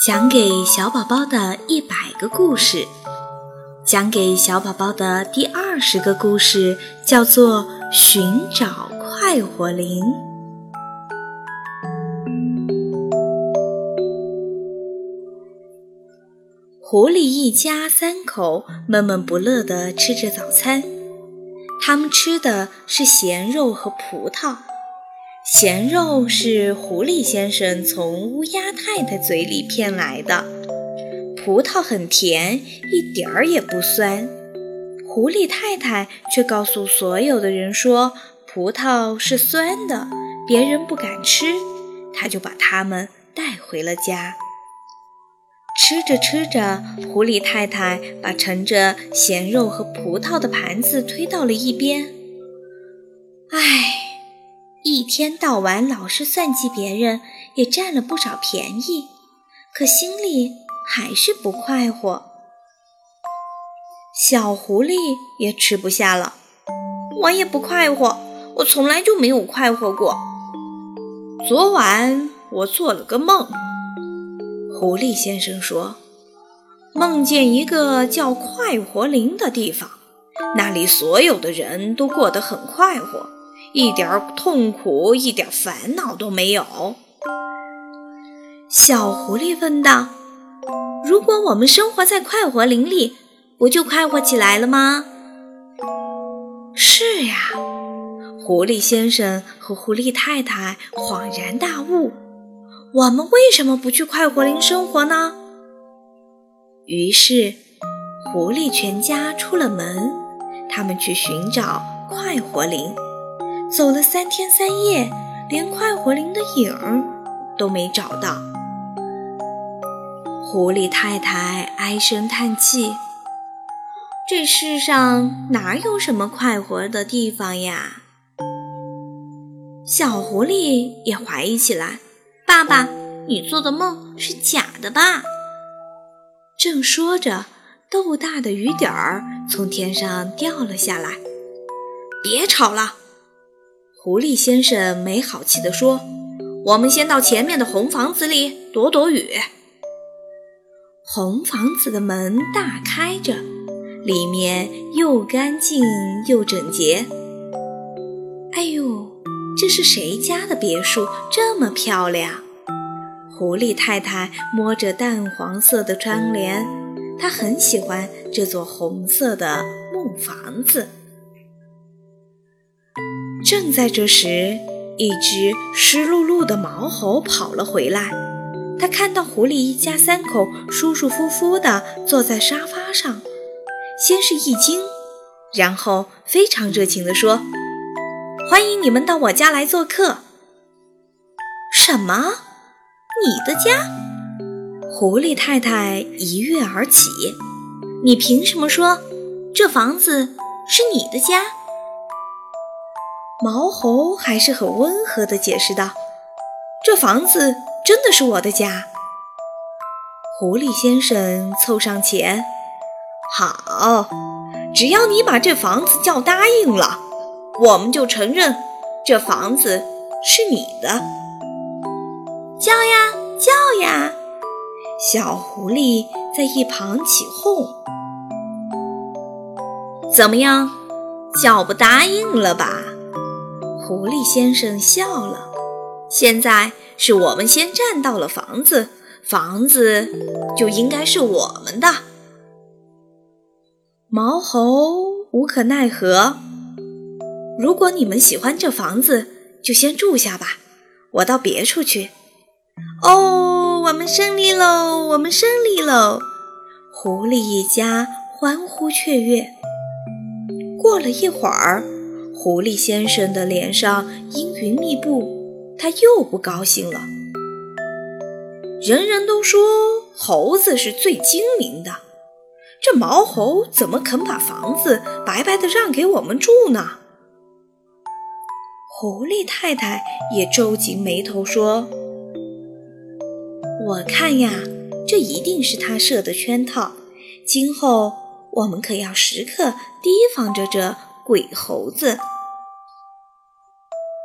讲给小宝宝的100个故事，讲给小宝宝的第20个故事叫做寻找快活灵。狐狸一家3口闷闷不乐地吃着早餐，他们吃的是咸肉和葡萄。咸肉是狐狸先生从乌鸦太太嘴里骗来的，葡萄很甜，一点儿也不酸。狐狸太太却告诉所有的人说葡萄是酸的，别人不敢吃，她就把它们带回了家。吃着吃着，狐狸太太把盛着咸肉和葡萄的盘子推到了一边。一天到晚老是算计别人，也占了不少便宜，可心里还是不快活。小狐狸也吃不下了，我也不快活，我从来就没有快活过。昨晚我做了个梦，狐狸先生说，梦见一个叫快活林的地方，那里所有的人都过得很快活，一点痛苦，一点烦恼都没有。小狐狸问道，如果我们生活在快活林里，不就快活起来了吗？是呀，狐狸先生和狐狸太太恍然大悟，我们为什么不去快活林生活呢？于是狐狸全家出了门，他们去寻找快活林。走了3天3夜，连快活林的影儿都没找到。狐狸太太唉声叹气，这世上哪有什么快活的地方呀？小狐狸也怀疑起来，爸爸，你做的梦是假的吧？正说着，豆大的雨点儿从天上掉了下来。别吵了，狐狸先生没好气地说，我们先到前面的红房子里躲躲雨。红房子的门大开着，里面又干净又整洁。哎呦，这是谁家的别墅，这么漂亮？狐狸太太摸着淡黄色的窗帘，她很喜欢这座红色的木房子。正在这时，一只湿漉漉的毛猴跑了回来，他看到狐狸一家3口舒舒服服地坐在沙发上，先是一惊，然后非常热情地说，欢迎你们到我家来做客。什么？你的家？狐狸太太一跃而起，你凭什么说这房子是你的家？毛猴还是很温和地解释道，这房子真的是我的家。狐狸先生凑上前，好，只要你把这房子叫答应了，我们就承认这房子是你的。叫呀叫呀，小狐狸在一旁起哄。怎么样，叫不答应了吧？狐狸先生笑了，现在是我们先占到了房子，房子就应该是我们的。毛猴无可奈何，如果你们喜欢这房子，就先住下吧，我到别处去。哦，我们胜利喽，我们胜利喽！狐狸一家欢呼雀跃。过了一会儿，狐狸先生的脸上阴云密布，他又不高兴了。人人都说猴子是最精明的，这毛猴怎么肯把房子白白地让给我们住呢？狐狸太太也皱紧眉头说，我看呀，这一定是他设的圈套，今后我们可要时刻提防着这鬼猴子。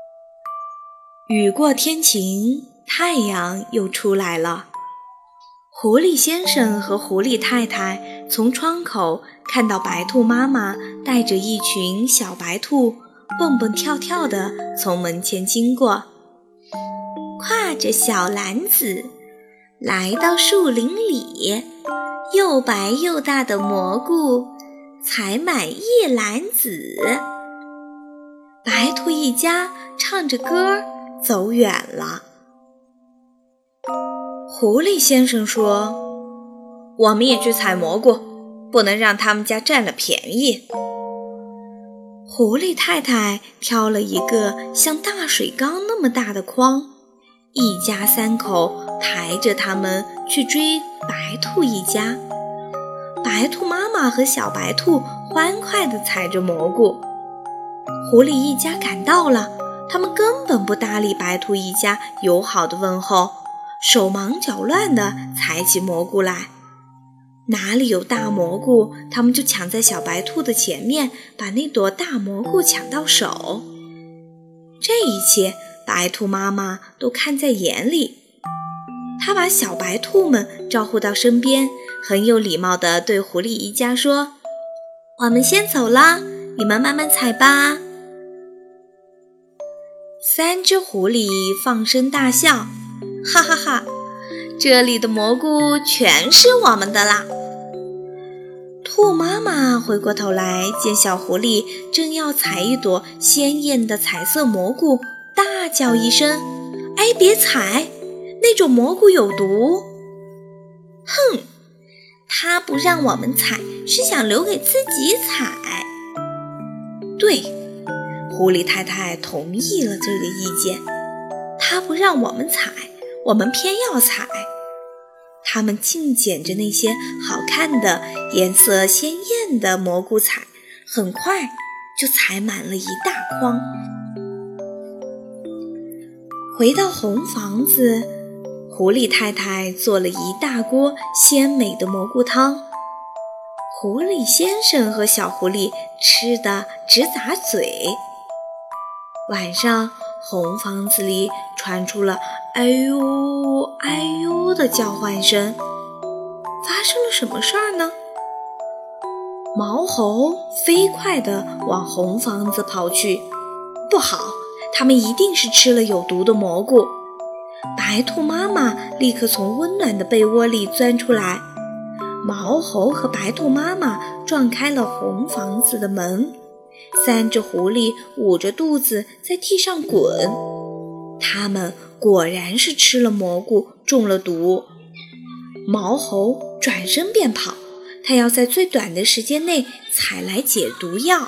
雨过天晴，太阳又出来了。 狐狸先生和狐狸太太从窗口看到白兔妈妈带着一群小白兔蹦蹦跳跳地从门前经过，挎着小篮子来到树林里，又白又大的蘑菇采满一篮子。白兔一家唱着歌走远了。狐狸先生说：“我们也去采蘑菇，不能让他们家占了便宜。”狐狸太太挑了一个像大水缸那么大的筐，一家三口抬着它们去追白兔一家。白兔妈妈和小白兔欢快地采着蘑菇。狐狸一家赶到了，他们根本不搭理白兔一家友好的问候，手忙脚乱地采起蘑菇来。哪里有大蘑菇，他们就抢在小白兔的前面，把那朵大蘑菇抢到手。这一切白兔妈妈都看在眼里，她把小白兔们招呼到身边，很有礼貌地对狐狸一家说：“我们先走了，你们慢慢采吧。”三只狐狸放声大笑，哈哈哈，这里的蘑菇全是我们的啦。兔妈妈回过头来，见小狐狸正要采一朵鲜艳的彩色蘑菇，大叫一声：“哎，别采，那种蘑菇有毒！”哼，他不让我们采，是想留给自己采。对，狐狸太太同意了这个意见。他不让我们采，我们偏要采。他们尽捡着那些好看的、颜色鲜艳的蘑菇采，很快就采满了一大筐。回到红房子，狐狸太太做了一大锅鲜美的蘑菇汤。狐狸先生和小狐狸吃得直咂嘴。晚上，红房子里传出了哎呦哎呦的叫唤声。发生了什么事儿呢？毛猴飞快地往红房子跑去。不好，他们一定是吃了有毒的蘑菇。白兔妈妈立刻从温暖的被窝里钻出来。毛猴和白兔妈妈撞开了红房子的门。三只狐狸捂着肚子在地上滚，它们果然是吃了蘑菇，中了毒。毛猴转身便跑，他要在最短的时间内采来解毒药。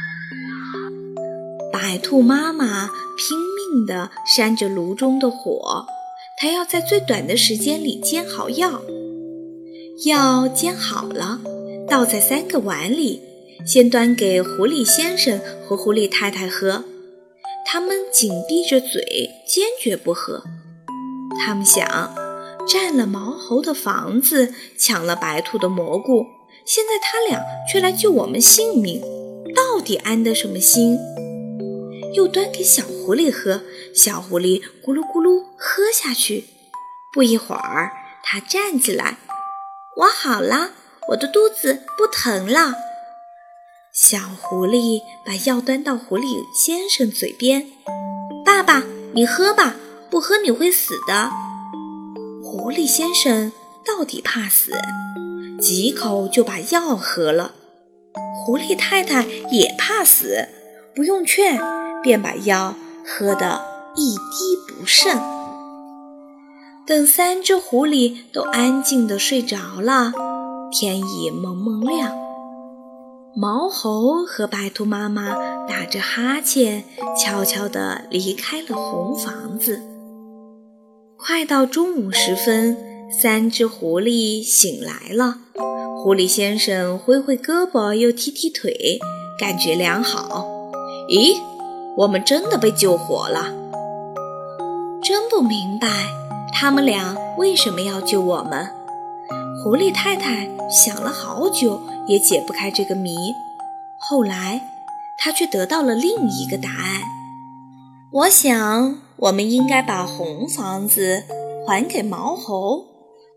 白兔妈妈拼命地扇着炉中的火，她要在最短的时间里煎好药。药煎好了，倒在3个碗里，先端给狐狸先生和狐狸太太喝。他们紧闭着嘴，坚决不喝。他们想，占了毛猴的房子，抢了白兔的蘑菇，现在他俩却来救我们性命，到底安得什么心？又端给小狐狸喝，小狐狸咕噜咕噜喝下去。不一会儿，它站起来，我好了，我的肚子不疼了。小狐狸把药端到狐狸先生嘴边，爸爸，你喝吧，不喝你会死的。狐狸先生到底怕死，几口就把药喝了。狐狸太太也怕死，不用劝，便把药喝得一滴不剩。等3只狐狸都安静地睡着了，天已蒙蒙亮。毛猴和白兔妈妈打着哈欠，悄悄地离开了红房子。快到中午时分，3只狐狸醒来了。狐狸先生挥挥胳膊又踢踢腿，感觉良好。咦，我们真的被救活了。真不明白他们俩为什么要救我们。狐狸太太想了好久也解不开这个谜。后来她却得到了另一个答案。我想我们应该把红房子还给毛猴。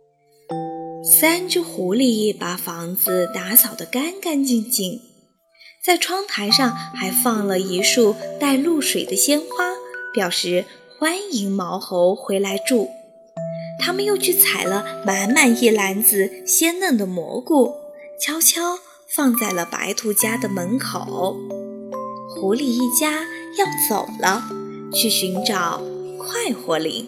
3只狐狸把房子打扫得干干净净，在窗台上还放了一束带露水的鲜花，表示欢迎毛猴回来住。他们又去采了满满一篮子鲜嫩的蘑菇，悄悄放在了白兔家的门口。狐狸一家要走了，去寻找快活林。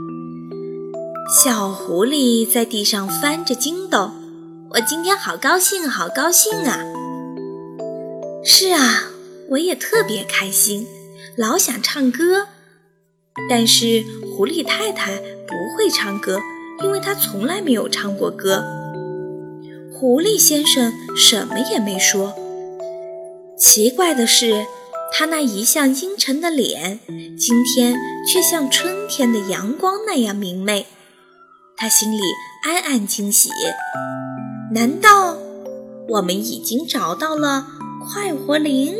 小狐狸在地上翻着筋斗，我今天好高兴，好高兴啊！是啊，我也特别开心，老想唱歌。但是狐狸太太不会唱歌，因为她从来没有唱过歌。狐狸先生什么也没说。奇怪的是，他那一向阴沉的脸，今天却像春天的阳光那样明媚。他心里暗暗惊喜，难道我们已经找到了快活林？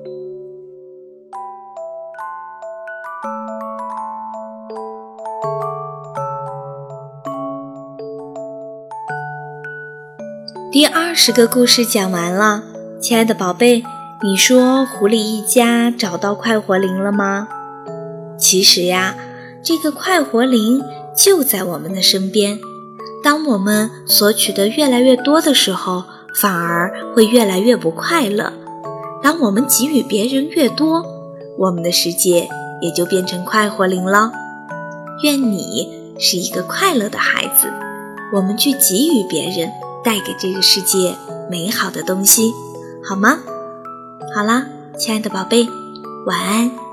第20个故事讲完了，亲爱的宝贝，你说狐狸一家找到快活林了吗？其实呀，这个快活林就在我们的身边。当我们索取的越来越多的时候，反而会越来越不快乐。当我们给予别人越多，我们的世界也就变成快活林了。愿你是一个快乐的孩子，我们去给予别人，带给这个世界美好的东西，好吗？好啦，亲爱的宝贝，晚安。